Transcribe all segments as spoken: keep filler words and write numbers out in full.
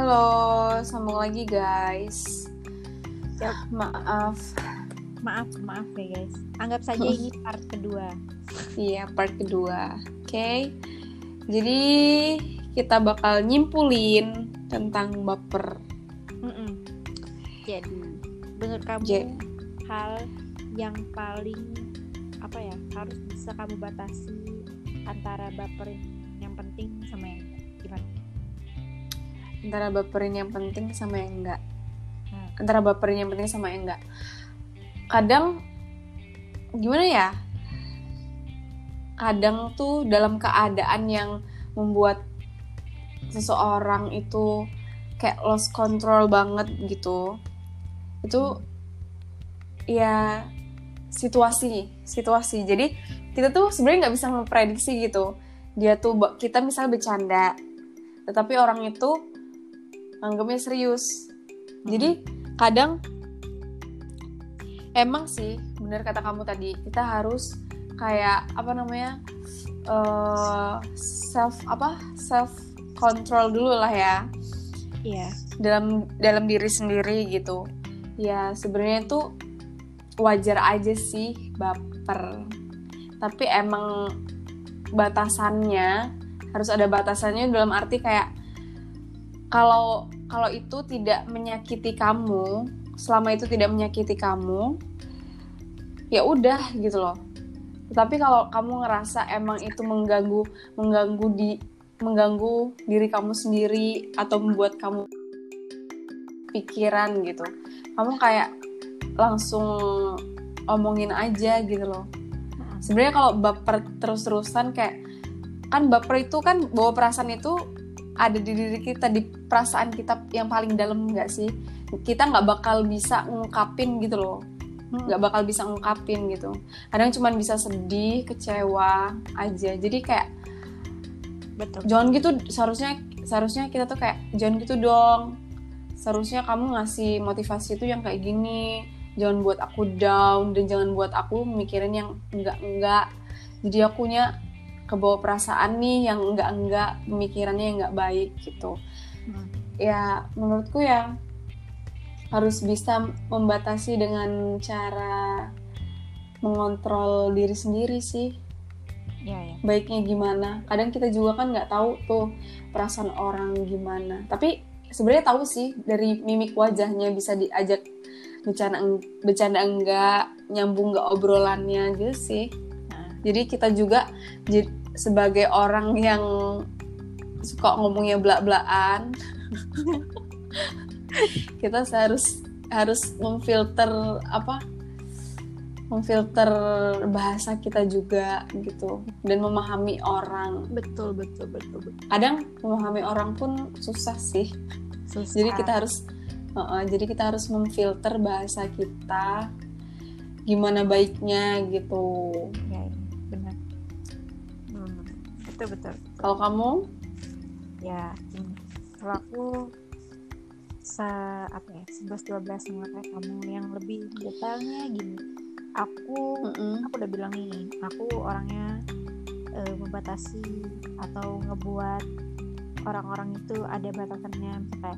Halo, sambung lagi guys. Yap. Maaf. Maaf, maaf ya guys. Anggap saja ini part kedua. Iya, part kedua. Oke. Okay. Jadi kita bakal nyimpulin tentang baper. Mm-mm. Jadi, menurut kamu J- hal yang paling apa ya harus bisa kamu batasi antara baper yang penting sama yang gimana? Antara baperin yang penting sama yang enggak. Hmm. Antara baperin yang penting sama yang enggak. Kadang gimana ya? Kadang tuh dalam keadaan yang membuat seseorang itu kayak lost control banget gitu. Itu ya situasi, situasi. Jadi kita tuh sebenarnya nggak bisa memprediksi gitu. Dia tuh kita misal bercanda, tetapi orang itu anggapnya serius. Jadi kadang emang sih benar kata kamu tadi, kita harus kayak apa namanya uh, self apa self control dulu lah ya. Iya. Dalam dalam diri sendiri gitu. Ya sebenarnya tuh wajar aja sih baper. Tapi emang batasannya harus ada batasannya dalam arti kayak kalau kalau itu tidak menyakiti kamu, selama itu tidak menyakiti kamu, ya udah gitu loh. Tapi kalau kamu ngerasa emang itu mengganggu mengganggu di mengganggu diri kamu sendiri atau membuat kamu pikiran gitu, kamu kayak langsung omongin aja gitu loh. Sebenarnya kalau baper terus-terusan kayak kan baper itu kan bawa perasaan itu ada di diri kita, di perasaan kita yang paling dalam nggak sih? Kita nggak bakal bisa ngungkapin gitu loh, nggak bakal bisa ngungkapin gitu. Kadang cuma bisa sedih, kecewa aja. Jadi kayak Betul. Jangan gitu, seharusnya seharusnya kita tuh kayak jangan gitu dong. Seharusnya kamu ngasih motivasi itu yang kayak gini. Jangan buat aku down dan jangan buat aku mikirin yang enggak-enggak. Jadi akunya kebawa perasaan nih yang enggak-enggak, pemikirannya yang enggak baik gitu. Hmm. Ya menurutku ya harus bisa membatasi dengan cara mengontrol diri sendiri sih. Ya, ya. Baiknya gimana? Kadang kita juga kan nggak tahu tuh perasaan orang gimana. Tapi sebenarnya tahu sih dari mimik wajahnya, bisa diajak bercanda bercanda enggak, nyambung nggak obrolannya gitu sih. Nah, jadi kita juga j- sebagai orang yang suka ngomongnya belak-belakan, kita harus harus memfilter apa? memfilter bahasa kita juga gitu dan memahami orang. Betul, betul, betul, betul. Kadang memahami orang pun susah sih. Susah. Jadi kita harus uh, jadi kita harus memfilter bahasa kita gimana baiknya gitu. Ya, ya benar. Hmm, betul, betul. Kalau kamu? Ya, ini. Kalau aku se apa ya sebelas dua belas sama kayak kamu, yang lebih detailnya gini. Aku Mm-mm. aku udah bilang nih, aku orangnya e, membatasi atau ngebuat orang-orang itu ada batasannya, kayak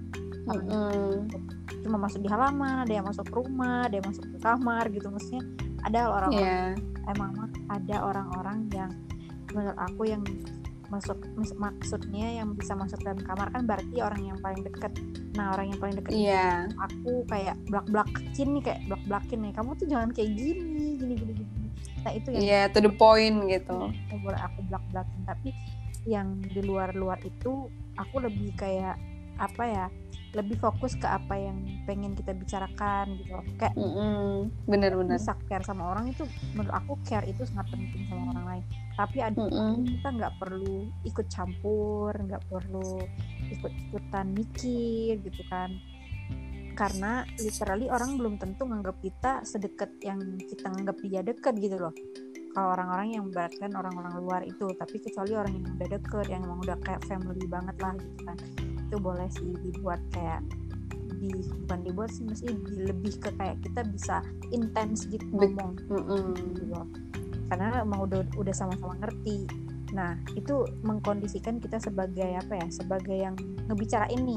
cuma masuk di halaman, ada yang masuk ke rumah, ada yang masuk ke kamar gitu. Maksudnya ada orang-orang, yeah. emang ada orang-orang yang menurut aku yang masuk, maksudnya yang bisa masuk dalam kamar kan berarti orang yang paling dekat. Nah orang yang paling dekat yeah. itu aku kayak blak-blakin nih, kayak blak-blakin nih, kamu tuh jangan kayak gini gini gini gini. Nah itu yang yeah, to the point gitu. Boleh aku blak-blakin, tapi yang di luar-luar itu aku lebih kayak apa ya, lebih fokus ke apa yang pengen kita bicarakan gitu loh. Kayak bener-bener bisa care sama orang itu, menurut aku care itu sangat penting sama orang lain. Tapi ada kita nggak perlu ikut campur, nggak perlu ikut-ikutan mikir gitu kan, karena literally orang belum tentu nganggap kita sedekat yang kita nganggap dia dekat gitu loh. Kalau orang-orang yang beratkan orang-orang luar itu, tapi kecuali orang yang udah deket, yang emang udah kayak family banget lah gitu kan, itu boleh sih dibuat kayak di bukan dibuat sih, mesti lebih ke kayak kita bisa intens gitu ngomong gitu loh. Karena emang udah udah sama-sama ngerti. Nah itu mengkondisikan kita sebagai apa ya, sebagai yang ngebicarain nih,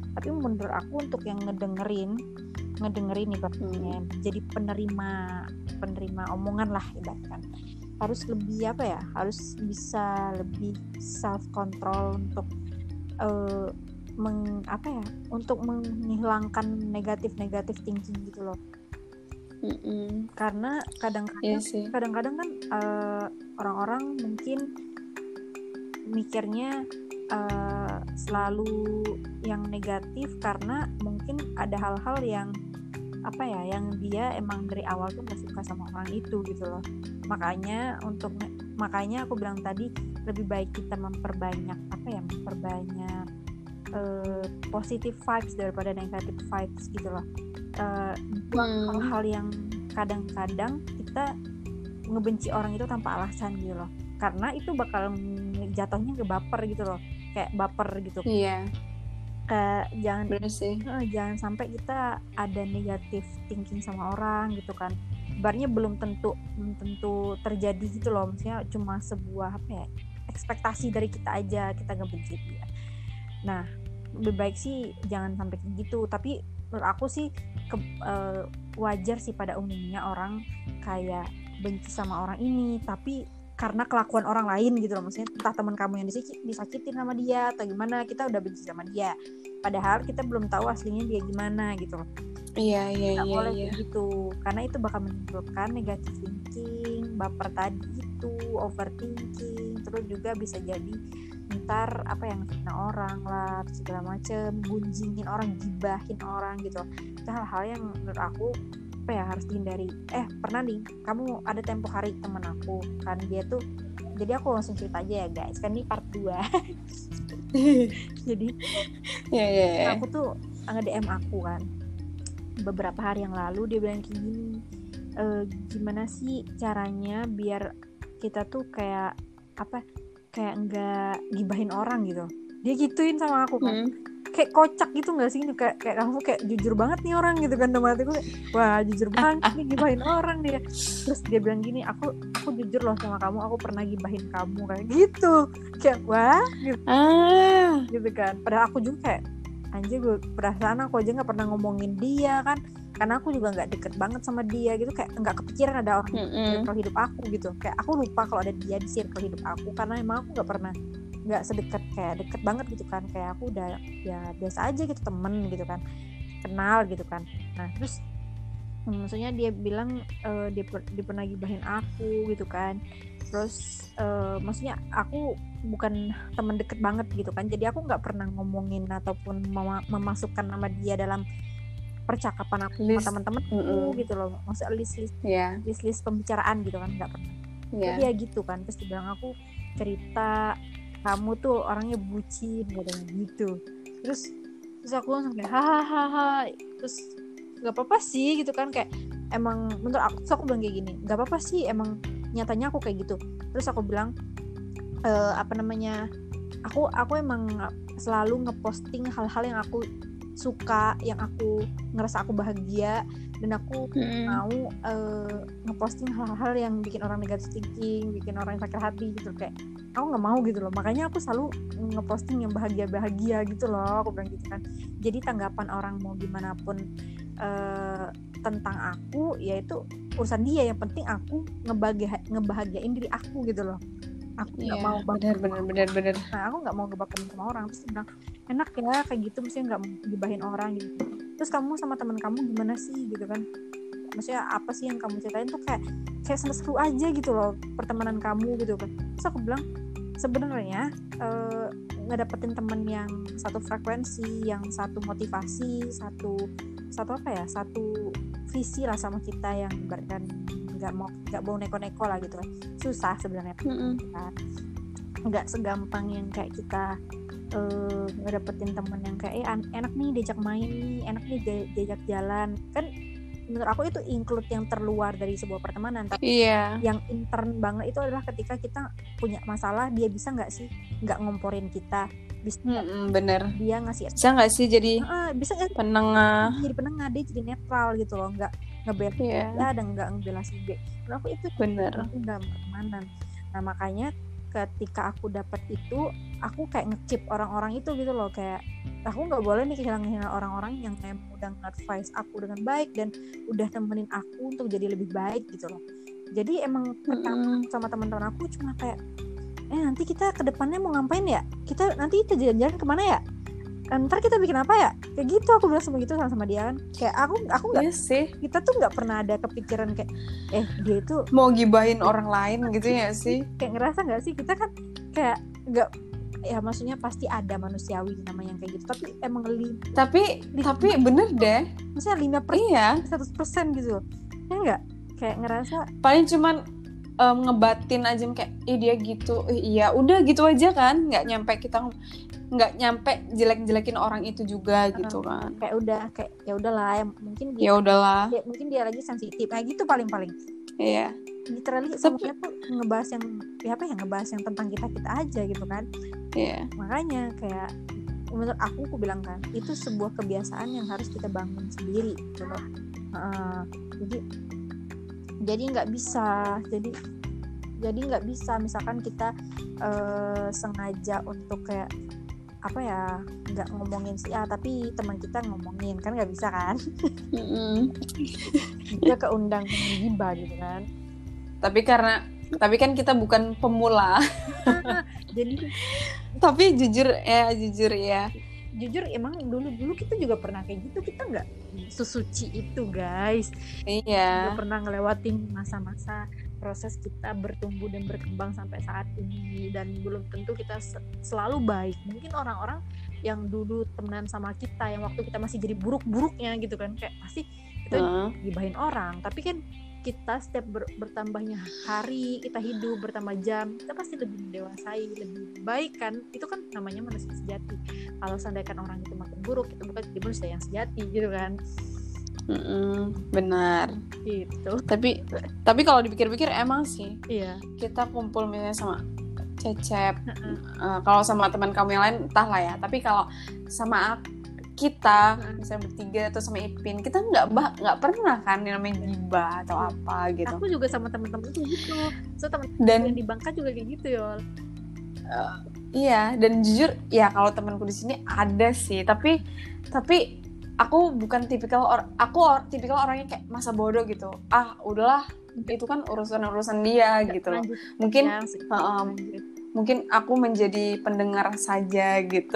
Tapi menurut aku untuk yang ngedengerin ngedengerin ibaratnya hmm. jadi penerima penerima omongan lah ibaratkan, harus lebih apa ya, harus bisa lebih self control untuk uh, meng, apa ya untuk menghilangkan negatif negatif thinking gitu loh. Mm-mm. Karena kadang-kadang yeah, kadang-kadang kan uh, orang-orang mungkin mikirnya uh, selalu yang negatif karena mungkin ada hal-hal yang apa ya yang dia emang dari awal tuh gak suka sama orang itu gitu loh. Makanya untuk makanya aku bilang tadi lebih baik kita memperbanyak apa ya memperbanyak uh, positive vibes daripada negative vibes gitu loh. Uh, hmm. hal-hal yang kadang-kadang kita ngebenci orang itu tanpa alasan gitu loh, karena itu bakal jatuhnya ke baper gitu loh, kayak baper gitu. Iya. Kayak jangan sih. Uh, jangan sampai kita ada negatif thinking sama orang gitu kan. Sebenarnya belum tentu belum tentu terjadi gitu loh, maksudnya cuma sebuah apa ya ekspektasi dari kita aja kita ngebenci dia. Nah lebih baik sih jangan sampai kayak gitu. Tapi menurut aku sih ke, uh, wajar sih pada umumnya orang kayak benci sama orang ini tapi karena kelakuan orang lain gitu loh, maksudnya entah teman kamu yang disakit, disakitin sama dia atau gimana, kita udah benci sama dia padahal kita belum tahu aslinya dia gimana gitu loh. Iya iya Nggak iya boleh iya. gitu karena itu bakal menimbulkan negative thinking, baper tadi itu, overthinking, terus juga bisa jadi ntar apa yang fitnah orang lah segala macem, gunjingin orang, gibahin orang gitu. Itu hal-hal yang menurut aku apa ya harus dihindari. Eh pernah nih kamu ada tempo hari temen aku kan, dia tuh jadi aku langsung cerita aja ya guys, kan ini part dua. Jadi yeah, yeah, yeah. aku tuh nge-D M aku kan beberapa hari yang lalu, dia bilang kayak gini, e, gimana sih caranya biar kita tuh kayak apa kayak nggak gibahin orang gitu. Dia gituin sama aku kan, hmm. kayak kocak gitu nggak sih, kayak kayak kamu kayak jujur banget nih orang gitu kan. Dalam hatiku kayak wah jujur banget nih gibahin orang dia. Terus dia bilang gini, aku aku jujur loh sama kamu, aku pernah gibahin kamu kayak gitu. Kayak wah gitu, ah. gitu kan. Padahal aku juga kayak anjir, gue perasaan aku aja nggak pernah ngomongin dia kan, karena aku juga nggak deket banget sama dia gitu, kayak nggak kepikiran ada orang di circle hidup aku gitu. Kayak aku lupa kalau ada dia di circle hidup aku karena emang aku nggak pernah nggak sedekat kayak deket banget gitu kan. Kayak aku udah ya biasa aja gitu, temen gitu kan, kenal gitu kan. Nah terus maksudnya dia bilang uh, dia, dia pernah gibahin aku gitu kan. Terus uh, maksudnya aku bukan teman deket banget gitu kan, jadi aku nggak pernah ngomongin ataupun mem- memasukkan nama dia dalam percakapan aku list. Sama teman-temanku mm-hmm. gitu loh, maksudnya list list yeah. list list pembicaraan gitu kan, nggak pernah. Yeah. Jadi ya gitu kan. Terus dia bilang aku cerita kamu tuh orangnya bucin katanya gitu. Terus terus aku langsung kayak hahaha. Terus nggak apa-apa sih gitu kan, kayak emang menurut aku. Terus aku bilang kayak gini, nggak apa-apa sih emang nyatanya aku kayak gitu. Terus aku bilang e, apa namanya aku aku emang selalu ngeposting hal-hal yang aku suka, yang aku ngerasa aku bahagia, dan aku hmm. mau uh, ngeposting hal-hal yang bikin orang negative thinking, bikin orang sakit hati gitu. Kayak aku nggak mau gitu loh, makanya aku selalu ngeposting yang bahagia-bahagia gitu loh, aku bilang gitu kan. Jadi tanggapan orang mau gimana pun uh, tentang aku, yaitu urusan dia, yang penting aku ngebahagia- ngebahagiain diri aku gitu loh. Aku nggak yeah, mau benar benar benar benar. Nah aku nggak mau ngebaperin sama orang. Terus bilang enak ya kayak gitu, maksudnya nggak gibahin orang gitu. Terus kamu sama teman kamu gimana sih gitu kan, maksudnya apa sih yang kamu ceritain tuh kayak kayak seru aja gitu loh pertemanan kamu gitu kan. Terus aku bilang sebenarnya uh, ngedapetin temen yang satu frekuensi, yang satu motivasi, satu satu apa ya satu visi lah sama kita, yang ibaratkan nggak mau nggak mau neko-neko lah gitu kan, susah sebenarnya. Kan nggak segampang yang kayak kita uh, ngedapetin temen yang kayak eh, enak nih diajak main nih, enak nih di- diajak jalan kan. Menurut aku itu include yang terluar dari sebuah pertemanan. Tapi yeah. yang intern banget itu adalah ketika kita punya masalah, dia bisa nggak sih nggak ngomporin kita, bisa mm-hmm, bener dia ngasih bisa nggak sih jadi uh, bisa nggak penengah, jadi penengah, dia jadi netral gitu loh, nggak ngebela yeah. ya dan nggak ngebela si B. Menurut aku itu bener dalam pertemanan. Nah makanya ketika aku dapat itu aku kayak ngecip orang-orang itu gitu loh, kayak aku nggak boleh nih kehilangan orang-orang yang memang udah nge-advise aku dengan baik dan udah temenin aku untuk jadi lebih baik gitu loh. Jadi emang mm-hmm. sama teman-teman aku cuma kayak eh nanti kita ke depannya mau ngapain ya, kita nanti kita jalan-jalan kemana ya, ntar kita bikin apa ya, kayak gitu aku bilang sama gitu sama sama dia kan. Kayak aku aku nggak yes, sih kita tuh nggak pernah ada kepikiran kayak eh dia itu mau gibahin orang lain gitu ya sih. Kayak ngerasa nggak sih kita kan kayak nggak, ya maksudnya pasti ada manusiawi namanya yang kayak gitu, tapi emang li, tapi li, tapi bener deh maksudnya lima persen iya seratus persen gitu ya nggak, kayak ngerasa paling cuman um, ngebatin aja kayak ih dia gitu, ih, iya udah gitu aja kan, nggak nyampe kita nggak nyampe jelek-jelekin orang itu juga uh, gitu kan, kayak udah kayak ya udahlah ya, mungkin dia, ya udahlah ya, mungkin dia lagi sensitif kayak gitu paling-paling iya literally semuanya tuh ngebahas yang ya apa ya ngebahas yang tentang kita kita aja gitu kan. Iya. Makanya kayak menurut aku aku bilang kan itu sebuah kebiasaan yang harus kita bangun sendiri gitu loh. Uh, jadi jadi nggak bisa jadi jadi nggak bisa misalkan kita uh, sengaja untuk kayak apa ya nggak ngomongin si A tapi teman kita ngomongin, kan nggak bisa kan. Dia keundang gibah gitu kan. Tapi karena tapi kan kita bukan pemula. Jadi tapi jujur ya jujur ya jujur emang dulu dulu kita juga pernah kayak gitu, kita nggak sesuci itu guys. Iya. Kita pernah ngelewatin masa-masa proses kita bertumbuh dan berkembang sampai saat ini, dan belum tentu kita selalu baik. Mungkin orang-orang yang dulu temenan sama kita yang waktu kita masih jadi buruk-buruknya gitu kan, kayak pasti kita uh. gibahin orang, tapi kan kita setiap ber, bertambahnya hari kita hidup bertambah jam kita pasti lebih mendewasai, lebih baik kan, itu kan namanya manusia sejati. Kalau seandainya orang itu makin buruk itu bukan jadi manusia yang sejati gitu kan. Mm-mm, benar gitu. Tapi tapi kalau dipikir-pikir emang sih iya kita kumpul misalnya sama Cecep uh-uh. uh, kalau sama teman kamu yang lain entahlah ya, tapi kalau sama kita misalnya bertiga atau sama Ipin kita nggak bah nggak pernah kan yang namanya gibah atau apa gitu. Aku juga sama teman-teman tuh gitu, so teman dan yang di Bangka juga kayak gitu Yol. Uh, iya dan jujur ya kalau temanku di sini ada sih, tapi tapi aku bukan tipikal or aku or, tipikal orangnya kayak masa bodoh gitu, ah udahlah itu kan urusan urusan dia gak, gitu loh. Mungkin ya, uh, um, mungkin aku menjadi pendengar saja gitu.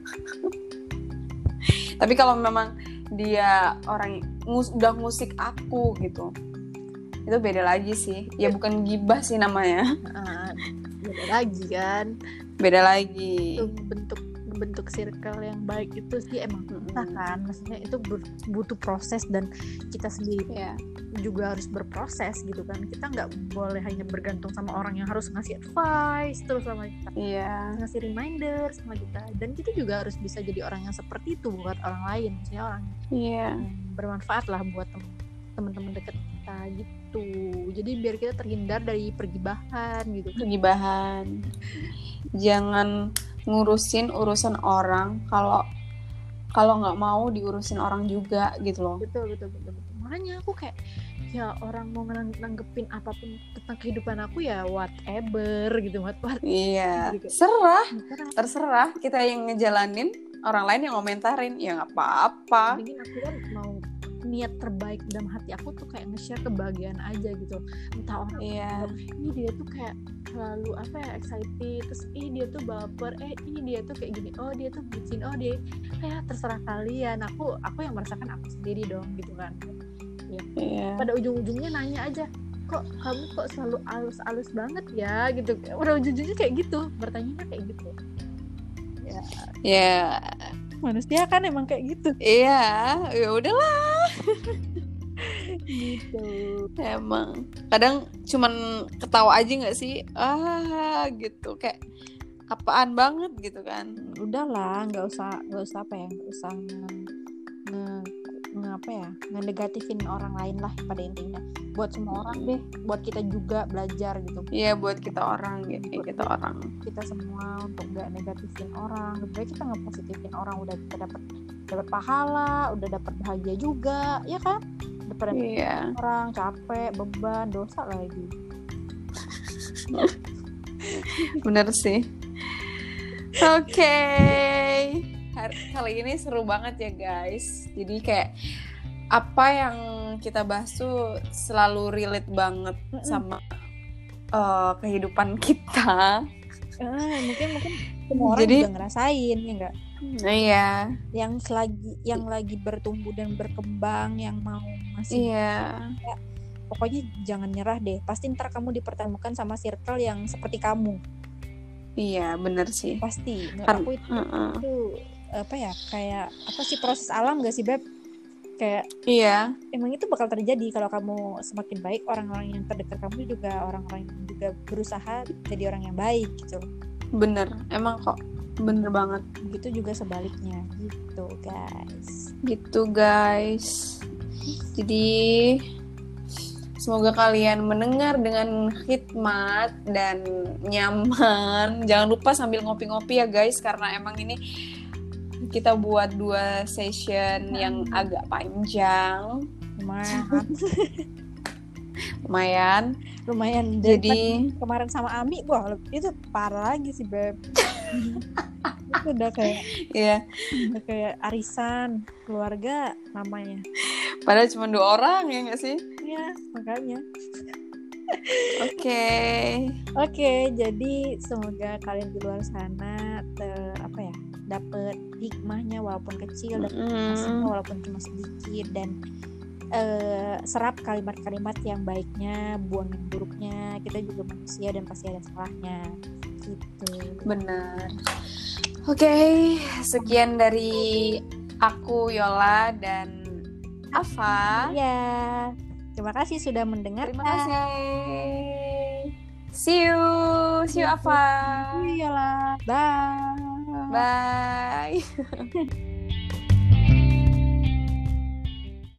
Tapi kalau memang dia orang ngus, udah ngusik aku gitu, itu beda lagi sih. Ya bukan gibah sih namanya. Uh, beda lagi kan. Beda lagi. Itu bentuk bentuk circle yang baik itu sih emang susah hmm. kan. Maksudnya itu butuh proses dan kita sendiri yeah. juga harus berproses gitu kan. Kita nggak boleh hanya bergantung sama orang yang harus ngasih advice terus sama kita, yeah. ngasih reminder sama kita, dan kita juga harus bisa jadi orang yang seperti itu buat orang lain, maksudnya orang yeah. yang bermanfaat lah buat teman-teman dekat kita gitu. Jadi biar kita terhindar dari pergibahan gitu. Pergibahan. Jangan ngurusin urusan orang kalau kalau nggak mau diurusin orang juga gitu loh. Betul betul betul, betul. Makanya aku kayak ya orang mau nanggepin apapun tentang kehidupan aku ya whatever gitu, what what. Iya. Gitu. Serah, terserah kita yang ngejalanin, orang lain yang komentarin ya nggak apa-apa. Mungkin aku kan mau niat terbaik dalam hati aku tuh kayak nge-share kebahagiaan aja gitu. Entah orang yeah. ini dia tuh kayak selalu apa ya excited, terus ih dia tuh baper, eh ini dia tuh kayak gini, oh dia tuh bucin, oh dia kayak terserah kalian, aku aku yang merasakan aku sendiri dong gitu kan ya. Yeah. Pada ujung-ujungnya nanya aja, kok kamu kok selalu alus-alus banget ya gitu, pada ujung-ujungnya kayak gitu, bertanya kayak gitu ya. Ya manusia kan emang kayak gitu. Iya, ya udahlah. Gitu. Emang kadang cuman ketawa aja nggak sih? Ah, gitu kayak apaan banget gitu kan. Udahlah, nggak usah nggak usah apa ya, nggak usah nge, nge, nge apa ya, ngenegatifin orang lain lah pada intinya. Buat semua orang deh, buat kita juga belajar gitu. Iya, buat kita orang gitu, buat kita orang. Kita semua untuk nggak negatifin orang. Lebih baik kita ngepositifin orang, udah kita dapat dapat pahala, udah dapat bahagia juga, ya kan? Daripada iya. orang capek, beban, dosa lagi. Bener sih. Oke, okay. Kali ini seru banget ya guys. Jadi kayak apa yang kita bahas tuh selalu relate banget mm-mm. sama uh, kehidupan kita. Uh, mungkin mungkin semua orang Jadi, juga ngerasain ya enggak? Iya. Yang lagi yang lagi bertumbuh dan berkembang, yang mau masih. Iya. Ya, pokoknya jangan nyerah deh. Pasti ntar kamu dipertemukan sama circle yang seperti kamu. Iya, benar sih. Pasti. Menurut aku itu, uh-uh. itu apa ya? Kayak apa sih, proses alam gak sih, Beb? Kayak iya. Emang itu bakal terjadi kalau kamu semakin baik, orang-orang yang terdekat kamu juga orang-orang yang juga berusaha jadi orang yang baik gitu. Bener, emang kok. Bener banget. Begitu juga sebaliknya gitu, guys. Gitu, guys. Jadi semoga kalian mendengar dengan hikmat dan nyaman. Jangan lupa sambil ngopi-ngopi ya guys, karena emang ini kita buat dua session hmm. yang agak panjang. Lumayan. Lumayan. Lumayan. Jadi kemarin sama Ami, wah itu parah lagi sih, Beb. Itu udah kayak yeah. udah kayak arisan keluarga namanya. Padahal cuma dua orang ya nggak sih? Iya, makanya. Oke. Okay. Oke, okay, jadi semoga kalian di luar sana ter, apa ya, dapat hikmahnya walaupun kecil, dapat hikmahnya mm. walaupun cuma sedikit, dan uh, serap kalimat-kalimat yang baiknya, buang yang buruknya. Kita juga manusia dan pasti ada salahnya. Gitu. Benar. Oke, okay, sekian dari aku Yola dan Afa. Iya. Terima kasih sudah mendengar. Terima kasih. See you. See you Afa. See you Yola. Bye. Bye.